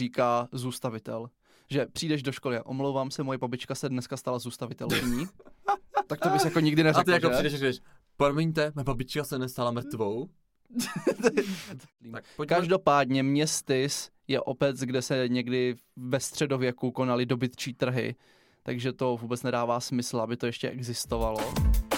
říká zůstavitel. Že přijdeš do školy a omlouvám se, moje babička se dneska stala zůstavitelkyní. Tak to bys jako nikdy neřekl, a ty jako že? přijdeš a říkáš, promiňte, moje babička se nestala mrtvou. Tak každopádně Městys je obec, kde se někdy ve středověku konaly dobytčí trhy, takže to vůbec nedává smysl, aby to ještě existovalo.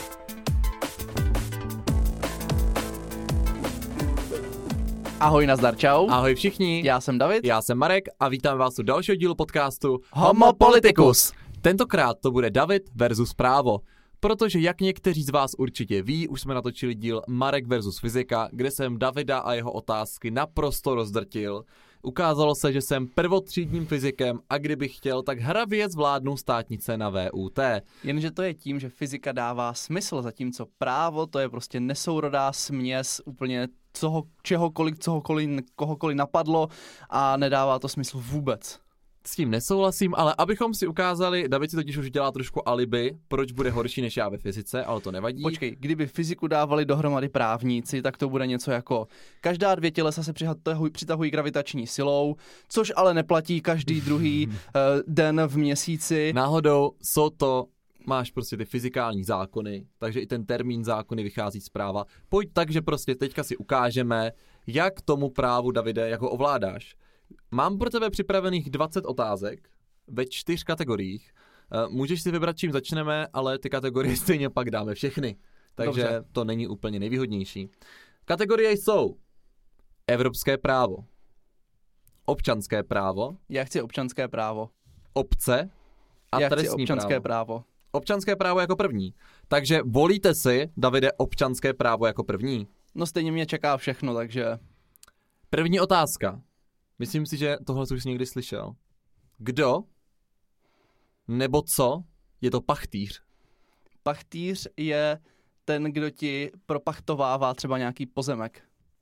Ahoj, nazdar, čau. Ahoj všichni. Já jsem David. Já jsem Marek a vítám vás u dalšího dílu podcastu Homo Politicus. Tentokrát to bude David versus právo. Protože jak někteří z vás určitě ví, už jsme natočili díl Marek versus fyzika, kde jsem Davida a jeho otázky naprosto rozdrtil. Ukázalo se, že jsem prvotřídním fyzikem a kdybych chtěl, tak hravě zvládnu státnice na VUT. Jenže to je tím, že fyzika dává smysl, zatímco právo to je prostě nesourodá směs úplně kohokoliv napadlo a nedává to smysl vůbec. S tím nesouhlasím, ale abychom si ukázali, David si totiž už dělá trošku alibi, proč bude horší než já ve fyzice, ale to nevadí. Počkej, kdyby fyziku dávali dohromady právníci, tak to bude něco jako každá dvě tělesa se přitahují gravitační silou, což ale neplatí každý druhý den v měsíci. Náhodou máš prostě ty fyzikální zákony, takže i ten termín zákony vychází z práva. Pojď tak, že prostě teďka si ukážeme, jak tomu právu, Davide, jako ovládáš. Mám pro tebe připravených 20 otázek ve 4 kategoriích. Můžeš si vybrat, čím začneme, ale ty kategorie stejně pak dáme všechny. Takže dobře. To není úplně nejvýhodnější. Kategorie jsou evropské právo, občanské právo. Já chci občanské právo. Obce a Já trestní chci občanské právo. Občanské právo jako první. Takže volíte si, Davide, občanské právo jako první? No stejně mě čeká všechno, takže... První otázka. Myslím si, že tohle už jsi někdy slyšel. Kdo nebo co je to pachtýř? Pachtýř je ten, kdo ti propachtovává třeba nějaký pozemek.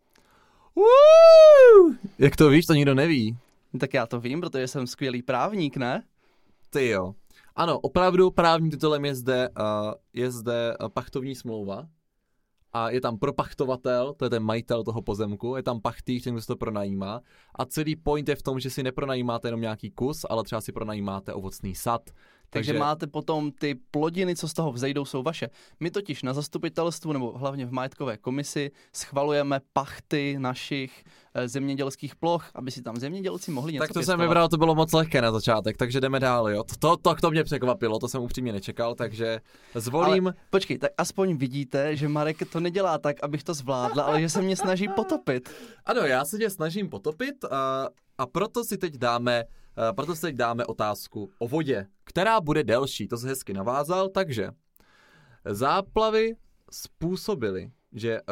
Jak to víš, to nikdo neví. Tak já to vím, protože jsem skvělý právník, ne? Ty jo. Ano, opravdu právním titulem je zde pachtovní smlouva. A je tam propachtovatel, to je ten majitel toho pozemku, je tam pachtýř, ten, kdo se to pronajímá. A celý point je v tom, že si nepronajímáte jenom nějaký kus, ale třeba si pronajímáte ovocný sad. Takže máte potom ty plodiny, co z toho vzejdou, jsou vaše. My totiž na zastupitelstvu, nebo hlavně v majetkové komisi, schvalujeme pachty našich zemědělských ploch, aby si tam zemědělci mohli něco Tak to pěstovat. jsem vybral, to bylo moc lehké na začátek, takže jdeme dál, jo. To mě překvapilo, to jsem upřímně nečekal, takže zvolím... Ale počkej, tak aspoň vidíte, že Marek to nedělá tak, abych to zvládla, ale že se mě snaží potopit. Ano, já se tě snažím potopit a proto si teď dáme otázku o vodě, která bude delší, to se hezky navázal, takže záplavy způsobily, že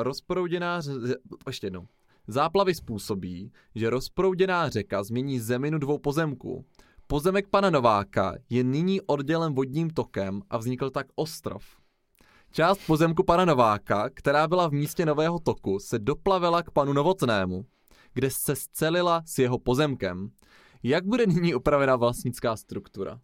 záplavy způsobí, že rozprouděná řeka změní zeminu dvou pozemků. Pozemek pana Nováka je nyní oddělen vodním tokem a vznikl tak ostrov. Část pozemku pana Nováka, která byla v místě nového toku, se doplavila k panu Novotnému, kde se scelila s jeho pozemkem. Jak bude nyní upravena vlastnická struktura?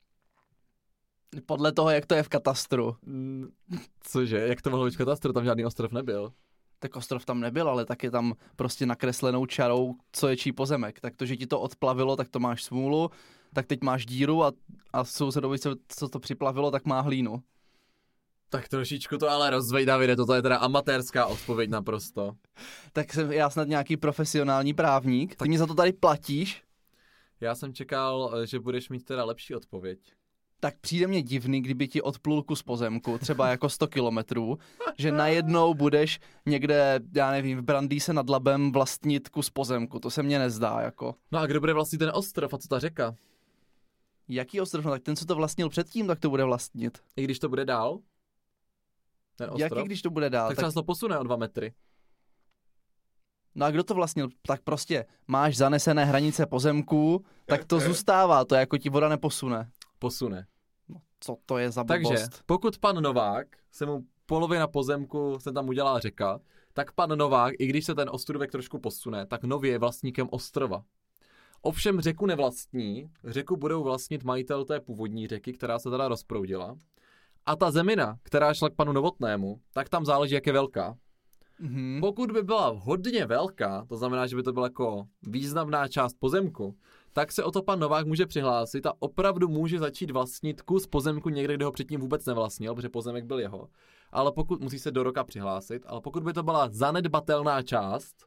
Podle toho, jak to je v katastru. Cože? Jak to mohlo být v katastru? Tam žádný ostrov nebyl. Tak ostrov tam nebyl, ale tak je tam prostě nakreslenou čarou, co je čí pozemek. Tak to, že ti to odplavilo, tak to máš smůlu, tak teď máš díru a sousedovi, co to připlavilo, tak má hlínu. Tak trošičku to ale rozvej, Davide, toto je teda amatérská odpověď naprosto. Tak jsem já snad nějaký profesionální právník, ty mě za to tady platíš? Já jsem čekal, že budeš mít teda lepší odpověď. Tak přijde mě divný, kdyby ti odplul kus pozemku, třeba jako 100 kilometrů, že najednou budeš někde, já nevím, v Brandýse nad Labem vlastnit kus pozemku, to se mně nezdá, jako. No a kdo bude vlastnit ten ostrov a co ta řeka? Jaký ostrov? No tak ten, co to vlastnil předtím, tak to bude vlastnit. I když to bude dál? Ten ostrov? Jaký, když to bude dál? Tak třeba se to posune o 2 metry. No a kdo to vlastnil? Tak prostě máš zanesené hranice pozemků, tak to zůstává, to jako ti voda neposune. Posune. No, co to je za blbost? Takže pokud pan Novák, se mu polovina pozemku se tam udělá řeka, tak pan Novák, i když se ten ostrůvek trošku posune, tak nově je vlastníkem ostrova. Ovšem řeku nevlastní, řeku budou vlastnit majitel té původní řeky, která se teda rozproudila. A ta zemina, která šla k panu Novotnému, tak tam záleží, jak je velká. Pokud by byla hodně velká, to znamená, že by to byla jako významná část pozemku, tak se o to pan Novák může přihlásit a opravdu může začít vlastnit kus pozemku někde, kde ho předtím vůbec nevlastnil, protože pozemek byl jeho. Ale pokud musí se do roka přihlásit, ale pokud by to byla zanedbatelná část,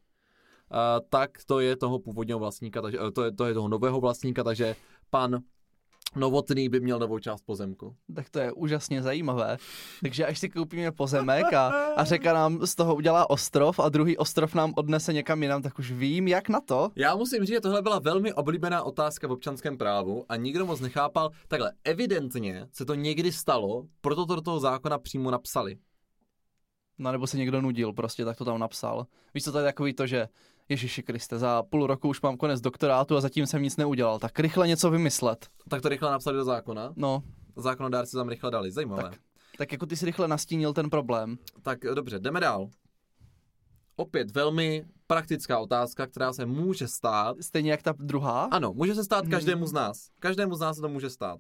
tak to je toho původního vlastníka, takže to je toho nového vlastníka, takže pan Novotný by měl novou část pozemku. Tak to je úžasně zajímavé. Takže až si koupíme pozemek a řeka nám z toho udělá ostrov a druhý ostrov nám odnese někam jinam, tak už vím, jak na to. Já musím říct, že tohle byla velmi oblíbená otázka v občanském právu a nikdo moc nechápal. Takhle, evidentně se to někdy stalo, proto to do toho zákona přímo napsali. No nebo se někdo nudil, prostě tak to tam napsal. Víš co, to je takový to, že Ježiši Kriste, za půl roku už mám konec doktorátu a zatím jsem nic neudělal. Tak rychle něco vymyslet. Tak to rychle napsali do zákona? No. Zákonodárci tam rychle dali, zajímavé. Tak jako ty si rychle nastínil ten problém. Tak dobře, jdeme dál. Opět velmi praktická otázka, která se může stát. Stejně jak ta druhá? Ano, může se stát každému z nás. Každému z nás se to může stát.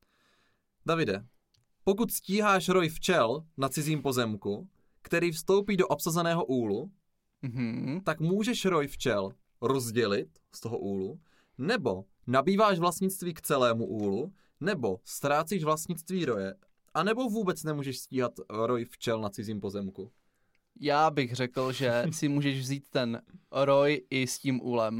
Davide, pokud stíháš roj včel na cizím pozemku, který vstoupí do obsazeného úlu, tak můžeš roj včel rozdělit z toho úlu, nebo nabýváš vlastnictví k celému úlu, nebo ztrácíš vlastnictví roje, anebo vůbec nemůžeš stíhat roj včel na cizím pozemku. Já bych řekl, že si můžeš vzít ten roj i s tím úlem.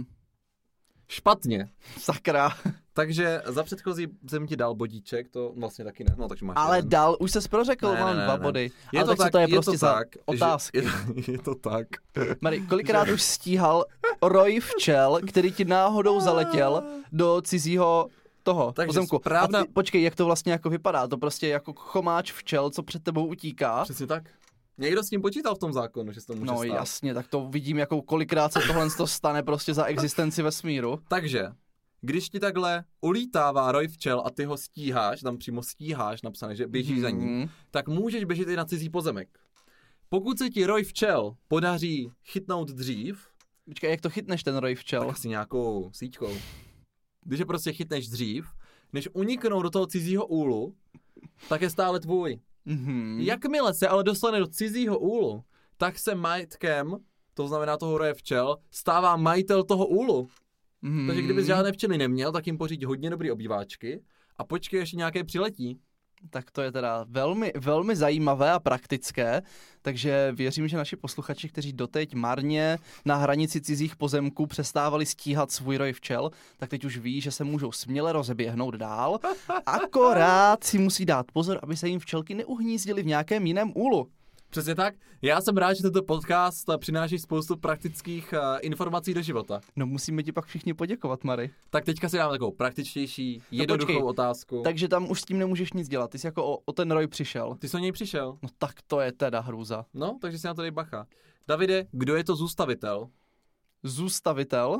Špatně. Sakra. Takže za předchozí jsem ti dal bodíček, to vlastně taky ne. No, takže máš ale jeden. dal, už ses prořekl, mám 2 body. Je ale to tak, to je je prostě to za tak, otázky. Je to tak. Mary, kolikrát už stíhal roj včel, který ti náhodou zaletěl do cizího toho pozemku. Správná... Počkej, jak to vlastně jako vypadá? To prostě jako chomáč včel, co před tebou utíká. Přesně tak. Někdo s tím počítal v tom zákonu, že se to může stát. No jasně, tak to vidím, jako kolikrát se tohle stane prostě za existenci vesmíru. Takže, když ti takhle ulítává roj včel a ty ho stíháš, tam přímo stíháš, napsané, že běžíš za ním, tak můžeš běžet i na cizí pozemek. Pokud se ti roj včel podaří chytnout dřív... Počkej, jak to chytneš ten roj včel? Tak asi nějakou síťkou. Když je prostě chytneš dřív, než uniknou do toho cizího úlu, tak je stále tvůj. Jakmile se ale dostane do cizího úlu, tak se majetkem, to znamená toho roje včel, stává majitel toho úlu. Takže kdybys žádné včely neměl, tak jim poříď hodně dobrý obýváčky a počkej, ještě nějaké přiletí. Tak to je teda velmi, velmi zajímavé a praktické, takže věřím, že naši posluchači, kteří doteď marně na hranici cizích pozemků přestávali stíhat svůj roj včel, tak teď už ví, že se můžou směle rozeběhnout dál, akorát si musí dát pozor, aby se jim včelky neuhnízdily v nějakém jiném úlu. Přesně tak. Já jsem rád, že tento podcast přináší spoustu praktických informací do života. No musíme ti pak všichni poděkovat, Mary. Tak teďka si dám takovou praktičtější, jednoduchou otázku. Takže tam už s tím nemůžeš nic dělat, ty jsi jako o ten roj přišel. Ty jsi o něj přišel. No tak to je teda hrůza. No, takže si na to dej bacha. Davide, kdo je to zůstavitel? Zůstavitel?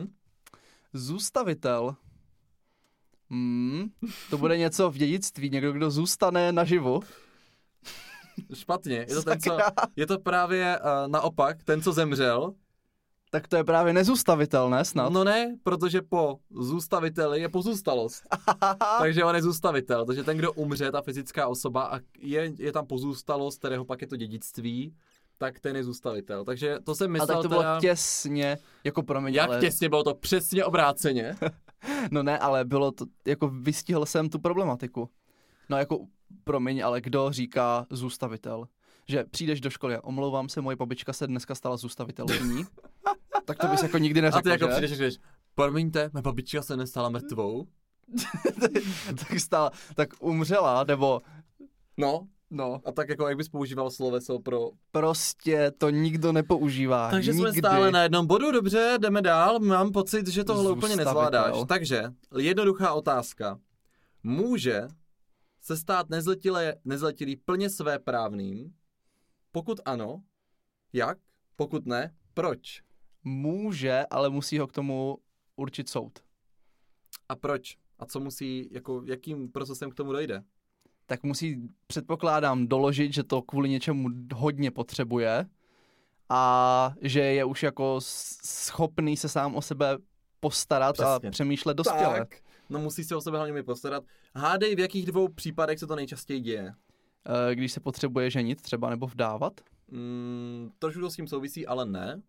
Zůstavitel. To bude něco v dědictví, někdo, kdo zůstane naživu. Špatně, je to právě naopak, ten, co zemřel. Tak to je právě nezůstavitel, ne snad? No ne, protože po zůstaviteli je pozůstalost. Takže on je zůstavitel, takže ten, kdo umře, ta fyzická osoba a je tam pozůstalost, kterého pak je to dědictví, tak ten je zůstavitel. Takže to jsem myslel. A tak to bylo těsně, jako promiň, jak ale... těsně, bylo to přesně obráceně? No ne, ale bylo to, jako vystihl jsem tu problematiku. No jako, promiň, ale kdo říká zůstavitel? Že přijdeš do školy a omlouvám se, moje babička se dneska stala zůstavitelní. Tak to bys jako nikdy neřekl, a ty jako že? přijdeš a říkáš, promiňte, moje babička se nestala mrtvou. tak umřela, nebo... No. A tak jako, jak bys používal sloveso pro... Prostě to nikdo nepoužívá. Takže nikdy. Jsme stále na jednom bodu, dobře, jdeme dál. Mám pocit, že tohle úplně nezvládáš. Takže, jednoduchá otázka. Může se stát nezletilý plně svéprávným? Pokud ano, jak? Pokud ne, proč? Může, ale musí ho k tomu určit soud. A proč? A co musí, jako jakým procesem k tomu dojde? Tak musí, předpokládám, doložit, že to kvůli něčemu hodně potřebuje a že je už jako schopný se sám o sebe postarat. Přesně. A přemýšlet dospěle. Tak, no musí se o sebe hlavně postarat. Hádej, v jakých 2 případech se to nejčastěji děje? Když se potřebuje ženit třeba nebo vdávat? Trošku to s tím souvisí, ale ne.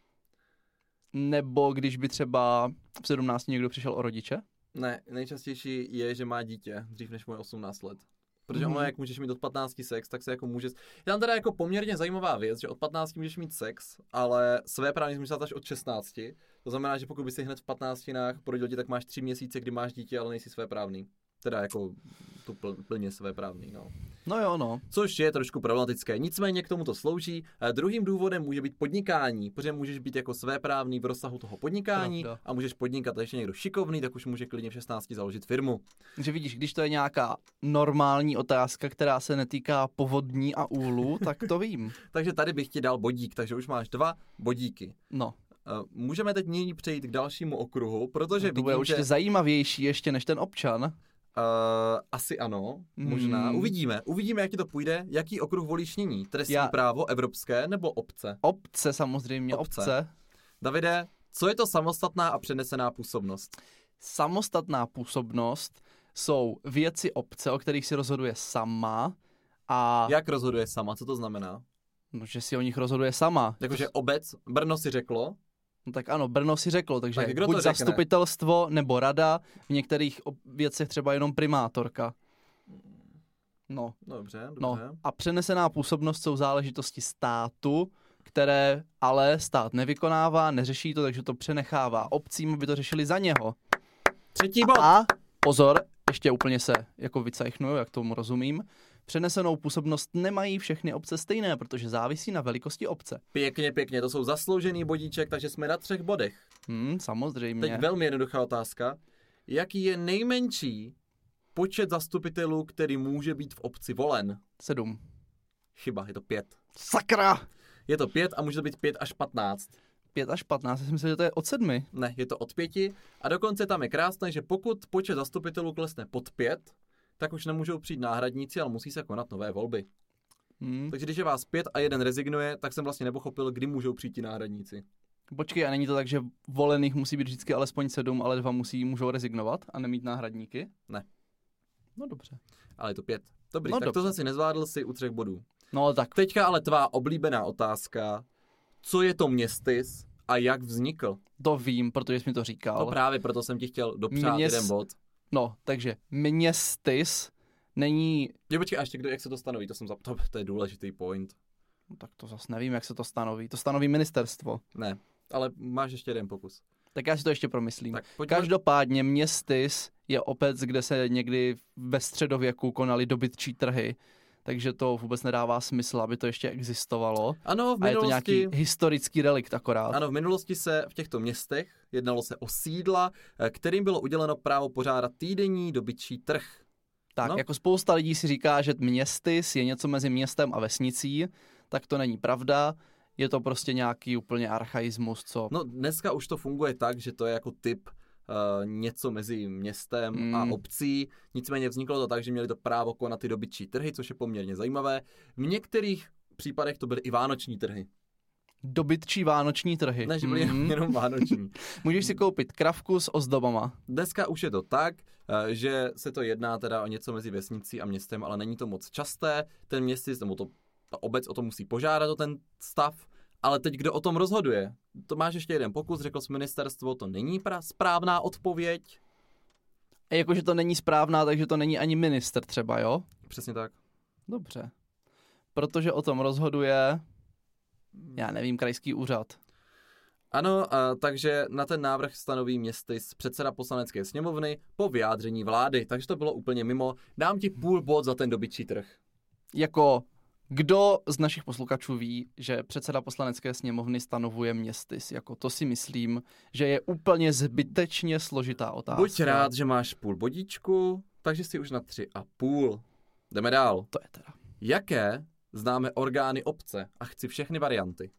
Nebo když by třeba v 17 někdo přišel o rodiče? Ne, nejčastější je, že má dítě dřív než mu je 18 let. Protože ono, jak můžeš mít od 15 sex, tak se jako může... Je tam teda jako poměrně zajímavá věc, že od 15 můžeš mít sex, ale svéprávný můžeš až od 16. To znamená, že pokud by si hned v 15 porodil dítě, tak máš 3 měsíce, kdy máš dítě, ale nejsi svéprávný. Teda jako to plně svéprávný, no. No jo, no. Což je trošku problematické. Nicméně k tomu to slouží. Druhým důvodem může být podnikání, protože můžeš být jako svéprávný v rozsahu toho podnikání a můžeš podnikat. A ještě někdo šikovný, tak už může klidně v 16 založit firmu. Takže vidíš, když to je nějaká normální otázka, která se netýká povodní a úlu, tak to vím. Takže tady bych ti dal bodík, takže už máš 2 bodíky. No. Můžeme teď nyní přejít k dalšímu okruhu, protože to bude určitě zajímavější ještě než ten občan. Asi ano, možná. Uvidíme, jak ti to půjde. Jaký okruh volíš nyní? Trestní právo, evropské nebo obce? Obce samozřejmě, obce. Davide, co je to samostatná a přenesená působnost? Samostatná působnost jsou věci obce, o kterých si rozhoduje sama a... Jak rozhoduje sama? Co to znamená? No, že si o nich rozhoduje sama. Jakože obec, Brno si řeklo? No tak ano, Brno si řeklo, takže tak buď zastupitelstvo nebo rada, v některých věcech třeba jenom primátorka. No. Dobře. No. A přenesená působnost jsou záležitosti státu, které ale stát nevykonává, neřeší to, takže to přenechává obcím, aby to řešili za něho. 3. bod. A pozor, ještě úplně se jako vycajchnuju, jak tomu rozumím. Přenesenou působnost nemají všechny obce stejné, protože závisí na velikosti obce. Pěkně, to jsou zasloužený bodíček, takže jsme na 3 bodech. Samozřejmě. Teď velmi jednoduchá otázka. Jaký je nejmenší počet zastupitelů, který může být v obci volen? 7. Chyba, je to 5. Sakra! Je to 5 a může to být 5 až 15. 5 až 15, já si myslím, že to je od 7. Ne, je to od 5 a dokonce tam je krásné, že pokud počet zastupitelů klesne pod 5, tak už nemůžou přijít náhradníci, ale musí se konat nové volby. Takže když je vás 5 a jeden rezignuje, tak jsem vlastně nepochopil, kdy můžou přijít ti náhradníci. Počkej, a není to tak, že volených musí být vždycky alespoň 7, ale 2 můžou rezignovat a nemít náhradníky? Ne. No dobře. Ale je to 5. Dobrý, no tak dobře. to zase nezvládl si u 3 bodů. No tak. Teďka ale tvá oblíbená otázka. Co je to městys a jak vznikl? To vím, protože jsi mi to říkal. No právě proto jsem ti chtěl dopřát jeden bod. No, takže městys není... Počkej, a ještě jak se to stanoví, to je důležitý point. No, tak to zase nevím, jak se to stanoví. To stanoví ministerstvo. Ne, ale máš ještě jeden pokus. Tak já si to ještě promyslím. Tak, každopádně městys je obec, kde se někdy ve středověku konaly dobytčí trhy. Takže to vůbec nedává smysl, aby to ještě existovalo. Ano, v minulosti... A je to nějaký historický relikt akorát. Ano, v minulosti se v těchto městech jednalo se o sídla, kterým bylo uděleno právo pořádat týdenní dobytčí trh. Tak, jako spousta lidí si říká, že městys je něco mezi městem a vesnicí, tak to není pravda. Je to prostě nějaký úplně archaismus, co... No dneska už to funguje tak, že to je jako typ něco mezi městem a obcí. Nicméně vzniklo to tak, že měli to právo konat ty dobytčí trhy, což je poměrně zajímavé. V některých případech to byly i vánoční trhy. Dobytčí vánoční trhy. Ne, že byly jenom vánoční. Můžeš si koupit kravku s ozdobama. Dneska už je to tak, že se to jedná teda o něco mezi vesnicí a městem, ale není to moc časté. Ten městic, nebo ta obec o to musí požádat o ten stav. Ale teď kdo o tom rozhoduje? To máš ještě jeden pokus, řekl jsi ministerstvo, to není správná odpověď. A jakože to není správná, takže to není ani minister třeba, jo? Přesně tak. Dobře. Protože o tom rozhoduje, já nevím, krajský úřad. Ano, takže na ten návrh stanoví městys předseda poslanecké sněmovny po vyjádření vlády. Takže to bylo úplně mimo. Dám ti půl bod za ten dobytčí trh. Jako... Kdo z našich posluchačů ví, že předseda poslanecké sněmovny stanovuje městys? Jako to si myslím, že je úplně zbytečně složitá otázka. Buď rád, že máš půl bodíčku, takže jsi už na 3,5. Jdeme dál. To je teda. Jaké známe orgány obce? A chci všechny varianty.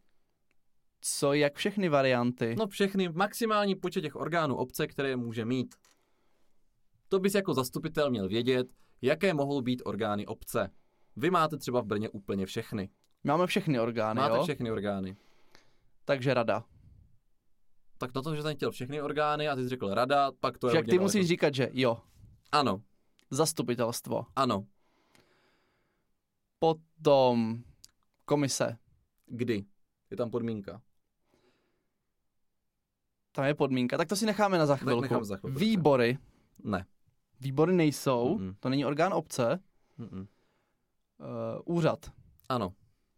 Co, jak všechny varianty? No všechny, maximální počet těch orgánů obce, které může mít. To bys jako zastupitel měl vědět, jaké mohou být orgány obce. Vy máte třeba v Brně úplně všechny. Máme všechny orgány, Máte všechny orgány. Takže rada. Tak na to, že jsem chtěl všechny orgány a ty jsi řekl rada, pak to je však hodně ty daleko. musíš říkat, že jo. Ano. Zastupitelstvo. Ano. Potom komise. Kdy? Je tam podmínka. Tam je podmínka, tak to si necháme na za chvilku. Nechám za chvilku. Výbory. Ne. Výbory nejsou, Mm-mm. to není orgán obce. Mm-mm. Úřad. Ano.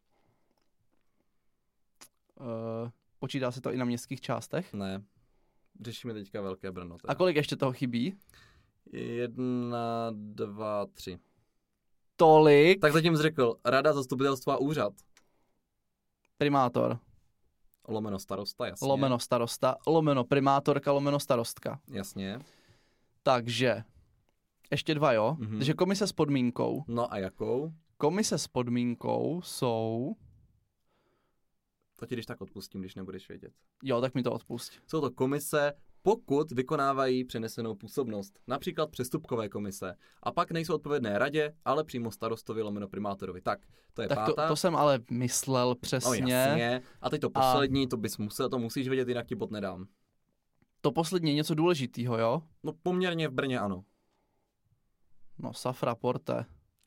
Počítá se to i na městských částech? Ne. Řešíme teďka Velké Brno. A kolik ještě toho chybí? 1, 2, 3. Tolik. Tak zatím jsi řekl rada, zastupitelstva, úřad. Primátor. Lomeno starosta, jasně. Lomeno starosta. Lomeno primátorka. Lomeno starostka. Jasně. Takže ještě 2, jo? Mhm. Takže komise s podmínkou. No a jakou? Komise s podmínkou jsou... To ti když tak odpustím, když nebudeš vědět. Jo, tak mi to odpusť. Jsou to komise, pokud vykonávají přenesenou působnost. Například přestupkové komise. A pak nejsou odpovědné radě, ale přímo starostovi lomeno primátorovi. Tak, to je Tak pátá. to jsem ale myslel přesně. No jasně. A teď to poslední, to musíš vědět, jinak ti bod nedám. To poslední je něco důležitýho, jo? No poměrně v Brně ano. No, Safra Porte.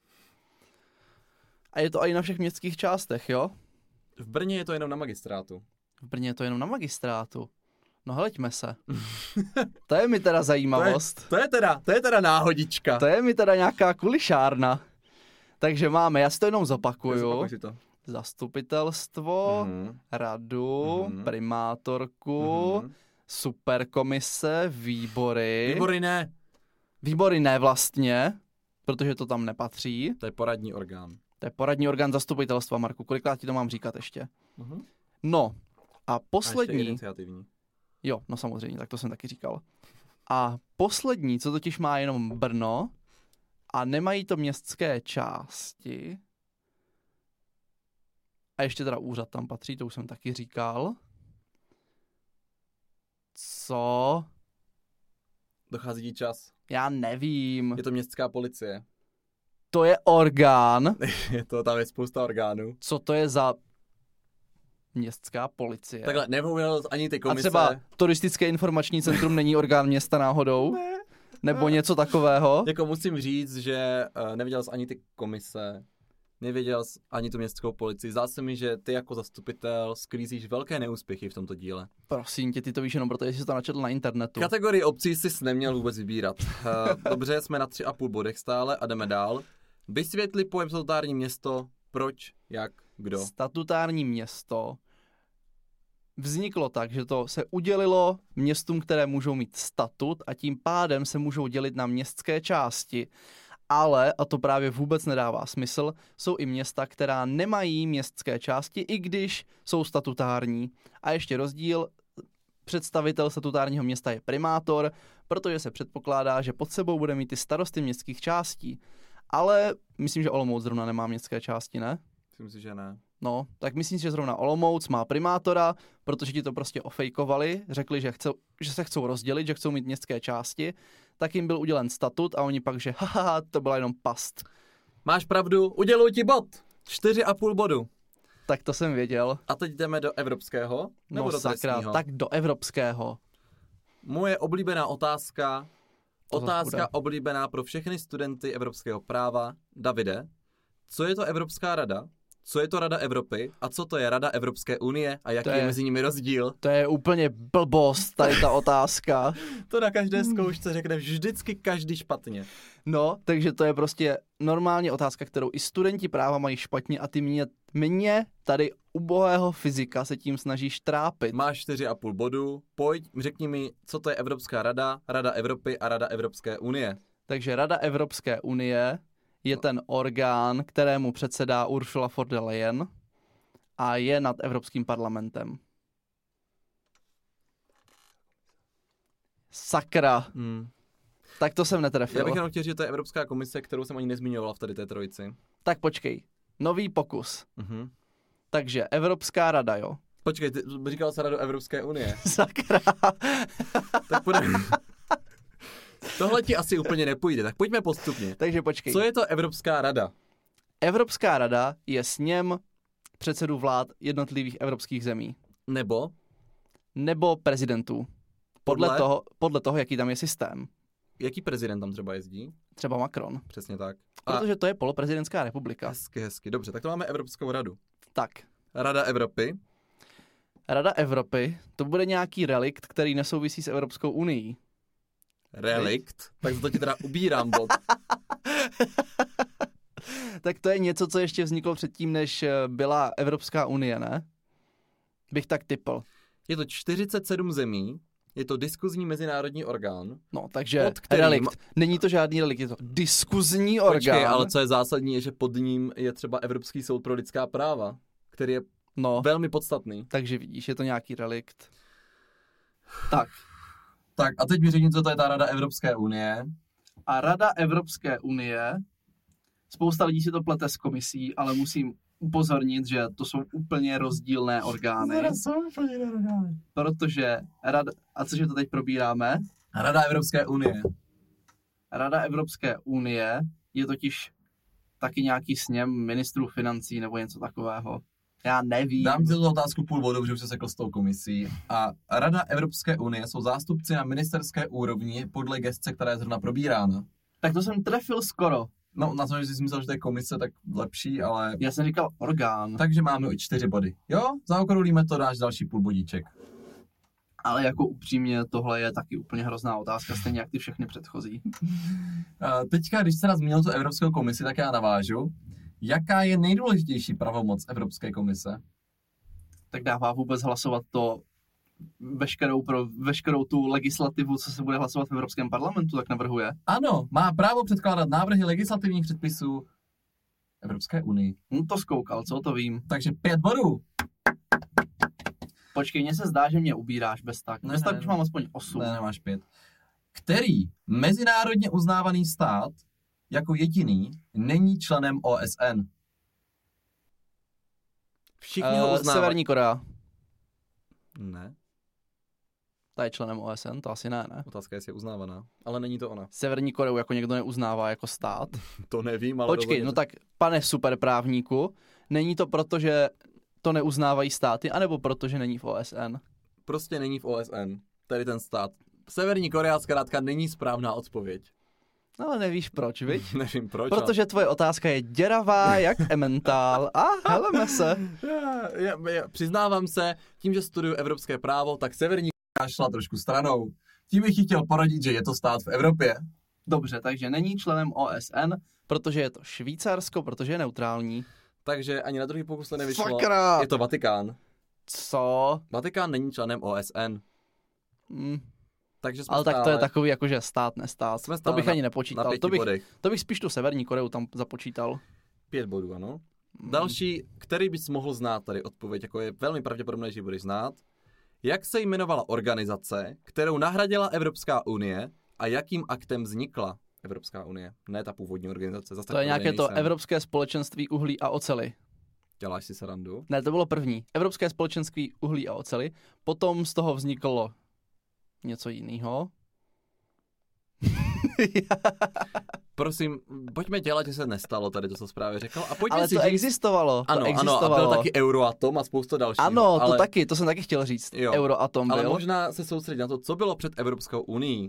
A je to i na všech městských částech, jo? V Brně je to jenom na magistrátu. V Brně je to jenom na magistrátu. No hleďme se. To je mi teda zajímavost. To je teda náhodička. To je mi teda nějaká kulišárna. Takže máme, já si to jenom zopakuju. Zopakuj si to. Zastupitelstvo, radu, primátorku, superkomise, výbory. Výbory ne. Výbory ne vlastně, protože to tam nepatří. To je poradní orgán. To je poradní orgán zastupitelstva, Marku. Kolikrát ti to mám říkat ještě? No a A poslední... ještě iniciativní. Jo, no samozřejmě, tak to jsem taky říkal. A poslední, co totiž má jenom Brno a nemají to městské části, a ještě teda úřad tam patří, to už jsem taky říkal. Co? Dochází ti čas. Já nevím. Je to městská policie. To je orgán. Tam je spousta orgánů. Co to je za městská policie? Takhle, nemluvil ani ty A komise. třeba turistické informační centrum není orgán města náhodou? Ne. Nebo něco takového? Jako musím říct, že neviděl jsi ani ty komise, nevěděl jsi ani tu městskou policii. Zdá se mi, že ty jako zastupitel sklízíš velké neúspěchy v tomto díle. Prosím tě, ty to víš jenom proto, že jsi to načetl na internetu. Kategorii obcí jsi neměl vůbec vybírat. Dobře, jsme na 3,5 bodech stále a jdeme dál. Vysvětli pojem statutární město, proč, jak, kdo. Statutární město vzniklo tak, že to se udělilo městům, které můžou mít statut a tím pádem se můžou dělit na městské části. Ale, a to právě vůbec nedává smysl, jsou i města, která nemají městské části, i když jsou statutární. A ještě rozdíl, představitel statutárního města je primátor, protože se předpokládá, že pod sebou bude mít ty starosty městských částí. Ale myslím, že Olomouc zrovna nemá městské části, ne? Myslím si, že ne. No, tak myslím si, že zrovna Olomouc má primátora, protože ti to prostě ofejkovali, řekli, že se chcou rozdělit, že chcou mít městské části, tak jim byl udělen statut a oni pak, že haha, to byla jenom past. Máš pravdu, uděluji ti bod. 4,5 bodu. Tak to jsem věděl. A teď jdeme do evropského, nebo No do sakra, trestního? tak do evropského. Moje oblíbená otázka, To zas otázka bude. oblíbená pro všechny studenty evropského práva. Davide, co je to Evropská rada? Co je to Rada Evropy? A co to je Rada Evropské unie? A jaký je mezi nimi rozdíl? To je úplně blbost, tady ta otázka. To na každé zkoušce řekne vždycky každý špatně. No, takže to je prostě normální otázka, kterou i studenti práva mají špatně a ty mě tady ubohého fyzika se tím snažíš trápit. Máš 4,5 bodu, pojď, řekni mi, co to je Evropská rada, Rada Evropy a Rada Evropské unie. Takže Rada Evropské unie je ten orgán, kterému předsedá Ursula von der Leyen a je nad Evropským parlamentem. Sakra. Tak to jsem netrefil. Já bych jenom chtěl říct, že to je Evropská komise, kterou jsem ani nezmiňoval v tady té trojici. Tak počkej. Nový pokus. Takže Evropská rada, jo? Počkej, ty říkal jsi Radu Evropské unie. Sakra. Tak půjdeme. Tohle ti asi úplně nepůjde, tak pojďme postupně. Takže počkej. Co je to Evropská rada? Evropská rada je sněm předsedů vlád jednotlivých evropských zemí. Nebo prezidentů. Podle toho, jaký tam je systém. Jaký prezident tam třeba jezdí? Třeba Macron. Přesně tak. Protože to je poloprezidentská republika. Hezky. Dobře, tak to máme Evropskou radu. Tak. Rada Evropy. Rada Evropy, to bude nějaký relikt, který nesouvisí s Evropskou unií. Relikt? Tak to ti teda ubírám bod. Tak to je něco, co ještě vzniklo předtím, než byla Evropská unie, ne? Bych tak typl. Je to 47 zemí, je to diskuzní mezinárodní orgán. No, takže pod kterým... relikt. Není to žádný relikt, je to diskuzní orgán. Počkej, ale co je zásadní, je, že pod ním je třeba Evropský soud pro lidská práva, který je velmi podstatný. Takže vidíš, je to nějaký relikt. Tak. Tak a teď mi řekni, co to je ta Rada Evropské unie. A Rada Evropské unie, spousta lidí si to plete s komisí, ale musím upozornit, že to jsou úplně rozdílné orgány. Protože Rada, a cože to teď probíráme? Rada Evropské unie. Rada Evropské unie je totiž taky nějaký sněm ministrů financí nebo něco takového. Já nevím. Dám ti tu otázku půl bodu, protože už se sekl s tou komisí. A Rada Evropské unie jsou zástupci na ministerské úrovni podle gesce, která je zrovna probírána. Tak to jsem trefil skoro. No, na to, že jsi myslel, že to je komise, tak lepší, ale... Já jsem říkal orgán. Takže máme i 4 body. Jo, zaokrúhlíme to, dáš další půl bodíček. Ale jako upřímně, tohle je taky úplně hrozná otázka, stejně jak ty všechny předchozí. Teďka, když se nás zmínil tu Evropskou komisi, tak já navážu. Jaká je nejdůležitější pravomoc Evropské komise? Tak dává vůbec hlasovat to veškerou tu legislativu, co se bude hlasovat v Evropském parlamentu, tak navrhuje? Ano, má právo předkládat návrhy legislativních předpisů Evropské unii. No to zkoukal, co to vím. Takže 5 bodů. Počkej, mně se zdá, že mě ubíráš bez tak. Ne, bez tak už mám aspoň 8. Ne, nemáš 5. Který mezinárodně uznávaný stát jako jediný není členem OSN? Všichni ho uznávají. Severní Korea. Ne. Ta je členem OSN, to asi ne. Otázka je, jestli je uznávaná, ale není to ona. Severní Koreu jako někdo neuznává jako stát. To nevím, ale... Počkej, no tak pane superprávníku, není to proto, že to neuznávají státy, anebo proto, že není v OSN? Prostě není v OSN, tady ten stát. Severní Korea zkrátka není správná odpověď. No, ale nevíš proč, viď? Nevím proč. Protože tvoje otázka je děravá jak Emmental a heleme se. Já přiznávám se, tím, že studuju evropské právo, tak Severní Korea šla trošku stranou. Tím bych chtěl poradit, že je to stát v Evropě. Dobře, takže není členem OSN, protože je to Švýcarsko, protože je neutrální. Takže ani na druhý pokus to nevyšlo. Sakra! Je to Vatikán. Co? Vatikán není členem OSN. Takže jsme ale stále... tak to je takový jakože stát, nestát. To bych ani nepočítal. To bych spíš tu Severní Koreu tam započítal. 5 bodů, ano. Další, který bys mohl znát tady odpověď, jako je velmi pravděpodobné, že budeš znát. Jak se jmenovala organizace, kterou nahradila Evropská unie a jakým aktem vznikla Evropská unie? Ne ta původní organizace. To je nějaké to Evropské společenství uhlí a oceli. Děláš si srandu? Ne, to bylo první. Evropské společenství uhlí a oceli. Potom z toho vzniklo něco jiného. Prosím, pojďme dělat, že se nestalo tady to, co právě řekl. A pojďme ale si to říct... existovalo. Ano, a byl taky Euroatom a spousta dalších. Ano, to jsem taky chtěl říct. Jo. Euroatom byl. Ale možná se soustředit na to, co bylo před Evropskou unii.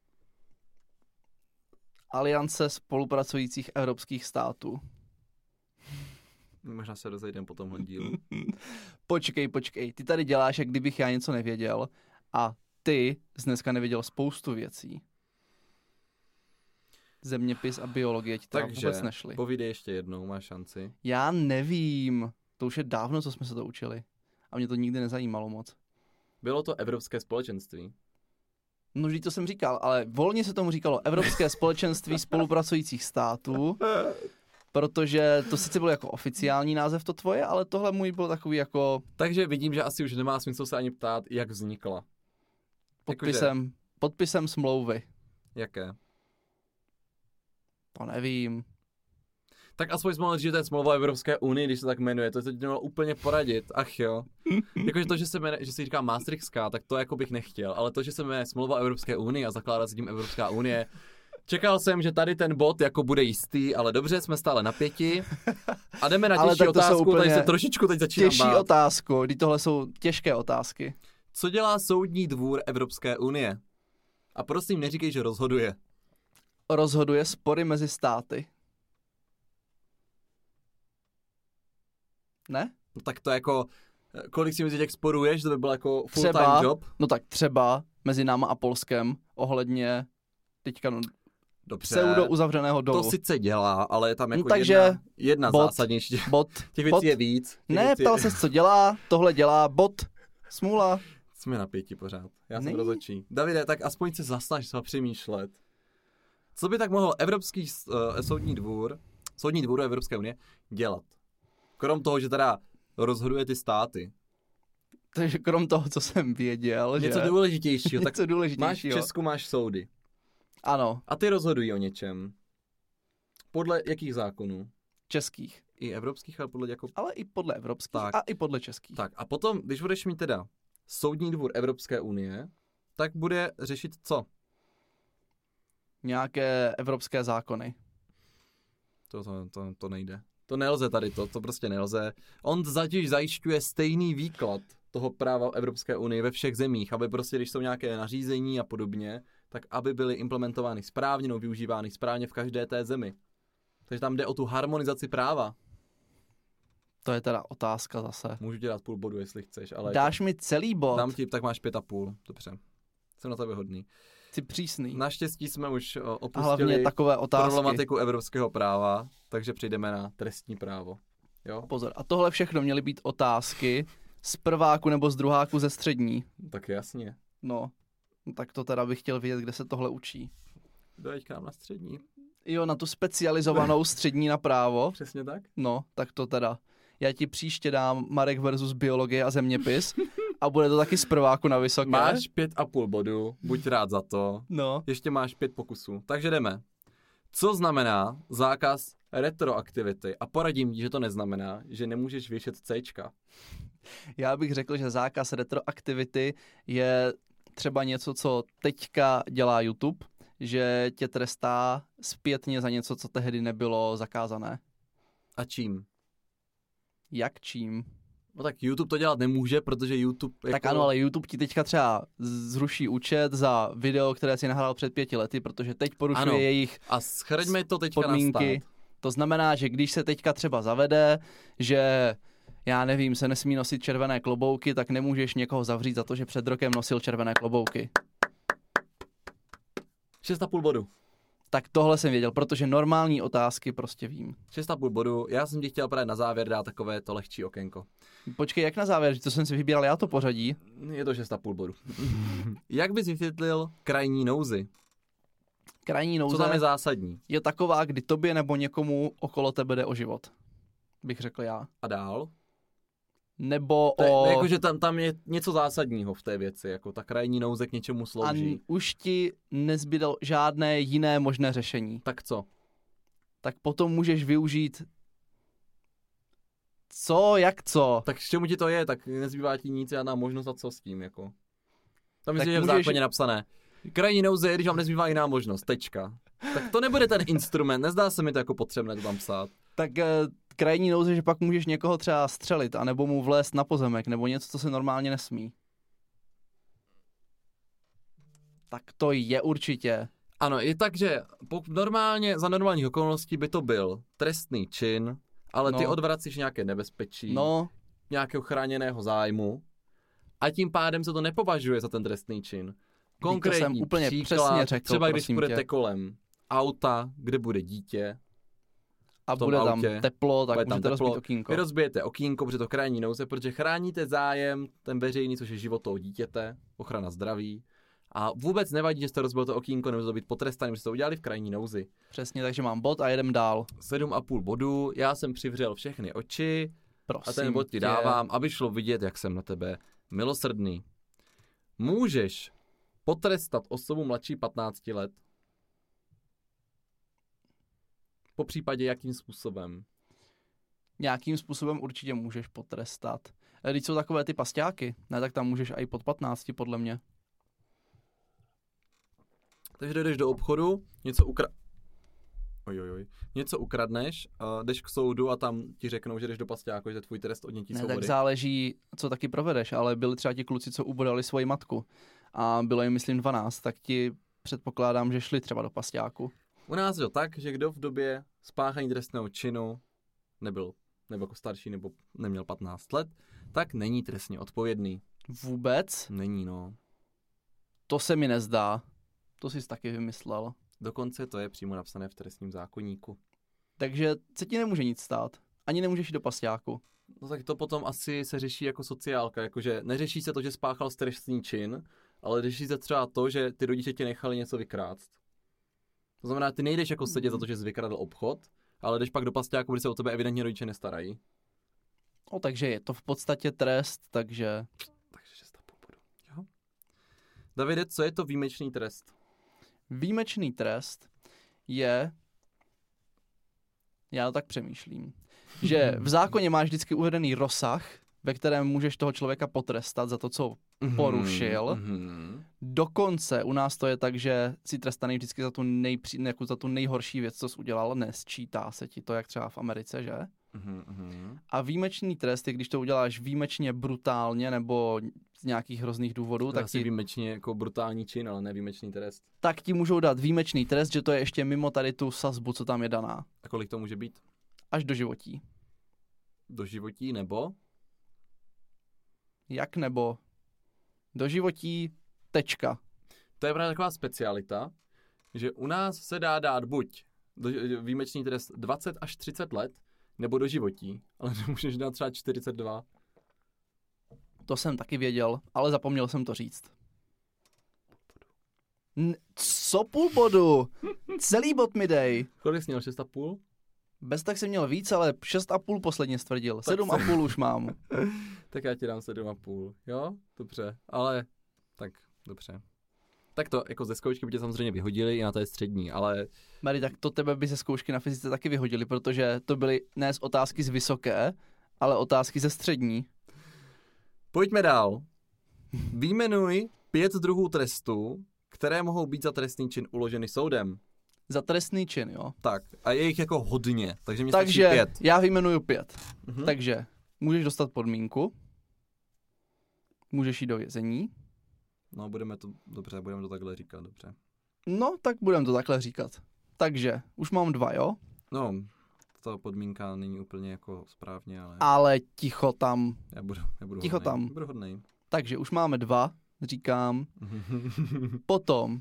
Aliance spolupracujících evropských států. Možná se rozejdeme po tomhle dílu. Počkej, ty tady děláš, jak kdybych já něco nevěděl a ty jsi dneska nevěděl spoustu věcí. Zeměpis a biologie ti tam vůbec nešly. Takže povídej ještě jednou, máš šanci. Já nevím. To už je dávno, co jsme se to učili. A mě to nikdy nezajímalo moc. Bylo to Evropské společenství. No, vždyť to jsem říkal, ale volně se tomu říkalo Evropské společenství spolupracujících států, protože to sice byl jako oficiální název to tvoje, ale tohle můj byl takový jako... Takže vidím, že asi už nemá smysl se ani ptát, jak vznikla. Podpisem smlouvy. Jaké? To nevím. Tak aspoň jsme mohli říct, že to je smlouva Evropské unie, když se tak jmenuje, to teď mělo úplně poradit, ach jo. Jakože to, že se říká Maastrichtská, tak to jako bych nechtěl, ale to, že se jmenuje smlouva Evropské unie a zakládá se tím Evropská unie, čekal jsem, že tady ten bod jako bude jistý, ale dobře, jsme stále na 5. A jdeme na těžší otázku, tady se trošičku teď začínám těžší bát. Otázku, kdy tohle jsou těžké otázky. Co dělá Soudní dvůr Evropské unie? A prosím, neříkej, že rozhoduje. Rozhoduje spory mezi státy. Ne? No tak to jako, kolik si myslíš, jak sporuješ, to by byl jako full-time Třeba, job? no tak třeba mezi náma a Polskem ohledně teďka Dobře, pseudo uzavřeného dolu. to sice dělá, ale je tam jako takže jedna bod, zásadnější. Bod. Těch věcí je víc. Ne, ptal ses, co dělá, tohle dělá, bod. Smůla. Jsme na 5 pořád. Já jsem Nej. rozhodčí. Davide, tak aspoň se zasnaž třeba přemýšlet. Co by tak mohl Evropský soudní dvůr Evropské unie dělat? Krom toho, že teda rozhoduje ty státy. Takže krom toho, co jsem věděl, Něco že... důležitějšího. Tak Něco důležitějšího. máš v Česku máš soudy. Ano, A ty rozhodují o něčem. Podle jakých zákonů? českých. I evropských, ale podle jako... Ale i podle evropských Tak. a i podle českých. Tak a potom, když budeš mít teda soudní dvůr Evropské unie, tak bude řešit co? Nějaké evropské zákony. To nejde. To nelze tady, to prostě nelze. On zatím zajišťuje stejný výklad toho práva Evropské unie ve všech zemích, aby prostě, když jsou nějaké nařízení a podobně, tak aby byly implementovány správně, no využívány správně v každé té zemi. Takže tam jde o tu harmonizaci práva. To je teda otázka zase. Můžu ti dát půl bodu, jestli chceš, ale... Dáš mi celý bod? Dám ti, tak máš 5,5. Dobře. Jsem na tebe hodný. Jsi přísný. Naštěstí jsme už A hlavně opustili takové otázky. problematiku evropského práva, takže přejdeme na trestní právo. Jo? Pozor, a tohle všechno měly být otázky z prváku nebo z druháku ze střední. Tak jasně. No, tak to teda bych chtěl vědět, kde se tohle učí. Dojeď k nám na střední. Jo, na tu specializovanou střední na právo. Přesně tak? No, tak to teda. Já ti příště dám Marek versus biologie a zeměpis a bude to taky z prváku na vysoké. Máš 5,5 bodu, buď rád za to. No, Ještě máš 5 pokusů. Takže jdeme. Co znamená zákaz retroaktivity? A poradím ti, že to neznamená, že nemůžeš věšet Cčka. já bych řekl, že zákaz retroaktivity je třeba něco, co teďka dělá YouTube, že tě trestá zpětně za něco, co tehdy nebylo zakázané. A čím? Jak čím? No tak YouTube to dělat nemůže, protože YouTube... Tak ano, ale YouTube ti teďka třeba zruší účet za video, které si nahrál před 5 lety, protože teď porušuje Ano. jejich A schraďme to teďka podmínky. na stát. To znamená, že když se teďka třeba zavede, že já nevím, se nesmí nosit červené klobouky, tak nemůžeš někoho zavřít za to, že před rokem nosil červené klobouky. 6,5 bodu. Tak tohle jsem věděl, protože normální otázky prostě vím. 6,5 bodu. Já jsem ti chtěl právě na závěr dát takové to lehčí okénko. Počkej, jak na závěr, to jsem si vybíral já to pořadí. Je to 6,5 bodu. Jak bys vysvětlil krajní nouzi? Krajní Co nouze tam je zásadní? je taková, kdy tobě nebo někomu okolo tebe jde o život. Bych řekl já. A dál? Nebo To je, o... jakože tam je něco zásadního v té věci, jako ta krajní nouze k něčemu slouží. už ti nezbydalo žádné jiné možné řešení. Tak co? Tak potom můžeš využít... Co? Jak co? Tak k čemu ti to je? Tak nezbývá ti nic, žádná možnost a co s tím, jako? Tam myslím, Tak že je v můžeš- zákoně napsané. Krajní nouze je, když vám nezbývá jiná možnost, tečka. Tak to nebude ten instrument, nezdá se mi to jako potřebné to tam psát. Tak krajní nouze, že pak můžeš někoho třeba střelit, anebo mu vlézt na pozemek, nebo něco, co se normálně nesmí. Tak to je určitě. Ano, je tak, že za normálních okolností by to byl trestný čin, ale ty No. odvracíš nějaké nebezpečí, No, nějakého chráněného zájmu a tím pádem se to nepovažuje za ten trestný čin. Konkrétní jsem úplně příklad, přesně řekl, třeba když prosím půjdete tě. kolem auta, kde bude dítě, a v tom bude tam autě, teplo, tak bude tam můžete rozbít teplo, okýnko. vy rozbijete okýnko, protože to krajní nouze, protože chráníte zájem ten veřejný, což je život toho dítěte, ochrana zdraví. A vůbec nevadí, že jste rozbil to okýnko, nebo to být potrestaný, protože jste to udělali v krajní nouzi. Přesně, takže mám bod a jedem dál. 7,5 bodů, já jsem přivřel všechny oči Prosím a ten bod ti tě. dávám, aby šlo vidět, jak jsem na tebe milosrdný. Můžeš potrestat osobu mladší 15 let? Po případě jakým způsobem? Nějakým způsobem určitě můžeš potrestat. Když jsou takové ty pasťáky, ne, tak tam můžeš i pod 15, podle mě. Takže dojdeš do obchodu, něco ukradneš, jdeš k soudu a tam ti řeknou, že jdeš do pasťáku, že to je tvůj trest odnětí Ne, svobody. tak záleží, co taky provedeš, ale byli třeba ti kluci, co ubodali svoji matku a bylo jim, myslím, 12, tak ti předpokládám, že šli třeba do pasťáku. U nás je to tak, že kdo v době spáchání trestného činu nebo jako starší, nebo neměl 15 let, tak není trestně odpovědný. Vůbec? Není, no. To se mi nezdá. To jsi taky vymyslel. Dokonce to je přímo napsané v trestním zákoníku. Takže se ti nemůže nic stát. Ani nemůžeš jít do pasťáku. No tak to potom asi se řeší jako sociálka, jakože neřeší se to, že spáchal trestný čin, ale řeší se třeba to, že ty rodiče tě nechali něco vykrást. To znamená, ty nejdeš jako sedět za to, že jsi vykradl obchod, ale jdeš pak do pasťáku, kde se o tebe evidentně rodiče nestarají. No takže je to v podstatě trest, takže... Takže 6,5 bodu. Jo. Davide, co je to výjimečný trest? Výjimečný trest je... Já to tak přemýšlím. Že v zákoně máš vždycky uvedený rozsah, ve kterém můžeš toho člověka potrestat za to, co porušil. Dokonce u nás to je tak, že si trestaný vždycky za tu nejhorší věc, co jsi udělal. Nesčítá se ti to, jak třeba v Americe, že? A výjimečný trest je, když to uděláš výjimečně brutálně nebo z nějakých hrozných důvodů. Tak ti výjimečně jako brutální čin, ale ne výjimečný trest. Tak ti můžou dát výjimečný trest, že to je ještě mimo tady tu sazbu, co tam je daná. A kolik to může být? Až do životí. Do životí nebo? Jak nebo? Do životí tečka. To je právě taková specialita, že u nás se dá dát buď výjimečný trest 20 až 30 let, nebo do životí, ale nemůžeš dát třeba 42. To jsem taky věděl, ale zapomněl jsem to říct. Co půl bodu? Celý bod mi dej. Kolik jsi měl, 6,5? Bez tak jsem měl víc, ale 6,5 posledně stvrdil. 7,5 už mám. Tak já ti dám 7,5. Jo? Dobře, ale tak dobře. Tak to jako ze zkoušky by tě samozřejmě vyhodili, i na té střední, ale... Mary, tak to tebe by ze zkoušky na fyzice taky vyhodili, protože to byly ne otázky z vysoké, ale otázky ze střední. Pojďme dál. Vyjmenuj 5 druhů trestů, které mohou být za trestný čin uloženy soudem. Za trestný čin, jo. Tak, a je jich jako hodně, takže mě stačí 5. Já vyjmenuju 5. Takže můžeš dostat podmínku, můžeš jít do vězení. No, budeme to takhle říkat, dobře. No, tak budeme to takhle říkat. Takže, už mám 2, jo? No, ta podmínka není úplně jako správně, ale... Ale ticho tam. Já budu ticho hodnej. tam. Budu hodnej. Takže, už máme 2, říkám. Potom,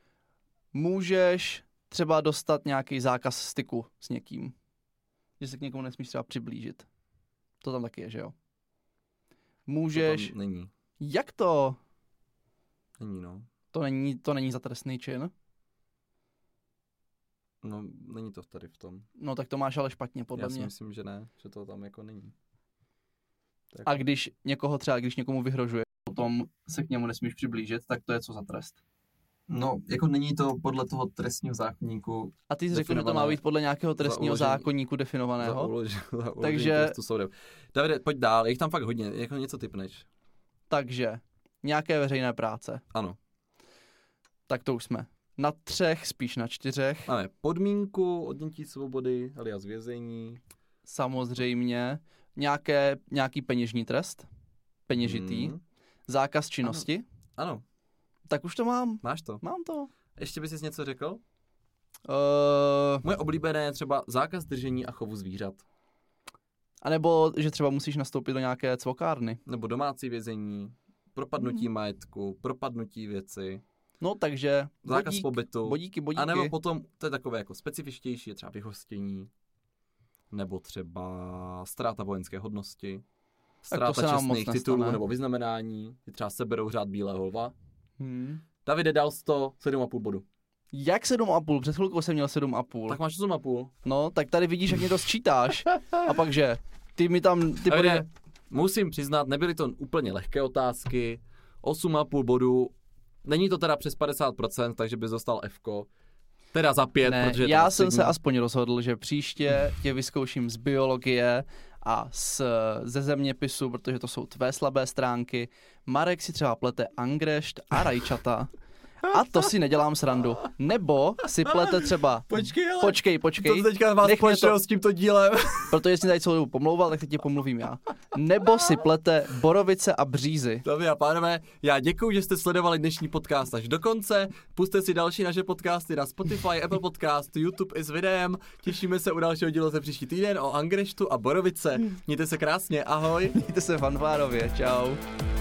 můžeš třeba dostat nějaký zákaz styku s někým. Že se k někomu nesmíš třeba přiblížit. To tam taky je, že jo? Můžeš... To tam není. Jak to? Není, no. To není za trestný čin? No, není to tady v tom. No, tak to máš ale špatně, podle mě. Já si myslím, že ne, že to tam jako není. Tak. A když někomu vyhrožuje, potom se k němu nesmíš přiblížit, tak to je co za trest? No, jako není to podle toho trestního zákoníku. A ty jsi řekl, že to má být podle nějakého trestního zákoníku definovaného? Takže soudem. Davide, pojď dál, je jich tam fakt hodně, jako něco typneš. Takže, nějaké veřejné práce. Ano. Tak to už jsme. Na 3, spíš na 4. Máme podmínku odnětí svobody, alias vězení. Samozřejmě. Nějaký peněžní trest. Peněžitý. Zákaz činnosti. Ano. Tak už to mám. Máš to? Mám to. Ještě bys jsi něco řekl? Moje oblíbené je třeba zákaz držení a chovu zvířat. A nebo, že třeba musíš nastoupit do nějaké cvokárny. Nebo domácí vězení, propadnutí majetku, propadnutí věci. No takže zákaz pobytu. Bodíky. A nebo potom, to je takové jako specifičtější, je třeba vyhostění. Nebo třeba ztráta vojenské hodnosti. Ztráta čestných titulů nebo vyznamenání. Je třeba seberou řád bílého lva. Davide, dal 7,5 bodu. Jak 7,5? Před chvilkou jsem měl 7,5. Tak máš 8,5. No, tak tady vidíš, jak mě to sčítáš. A pak, že ty mi tam... Davide, musím přiznat, nebyly to úplně lehké otázky. 8,5 bodů. Není to teda přes 50%, takže bys dostal Fko. Teda za 5, ne, protože... Já jsem se aspoň rozhodl, že příště tě vyzkouším z biologie a ze zeměpisu, protože to jsou tvé slabé stránky. Marek si třeba plete angrešt a rajčata. A to si nedělám srandu. Nebo si plete třeba... Počkej. To teďka vás společného s tímto dílem. Protože jsi tady celou dobu pomlouval, tak teď tě pomluvím já. Nebo si plete borovice a břízy. Dámy a pánové, já děkuju, že jste sledovali dnešní podcast až do konce. Puste si další naše podcasty na Spotify, Apple Podcast, YouTube i s videem. Těšíme se u dalšího dílu za příští týden o Angreštu a borovice. Mějte se krásně, ahoj. Mějte se fanfárově, čau.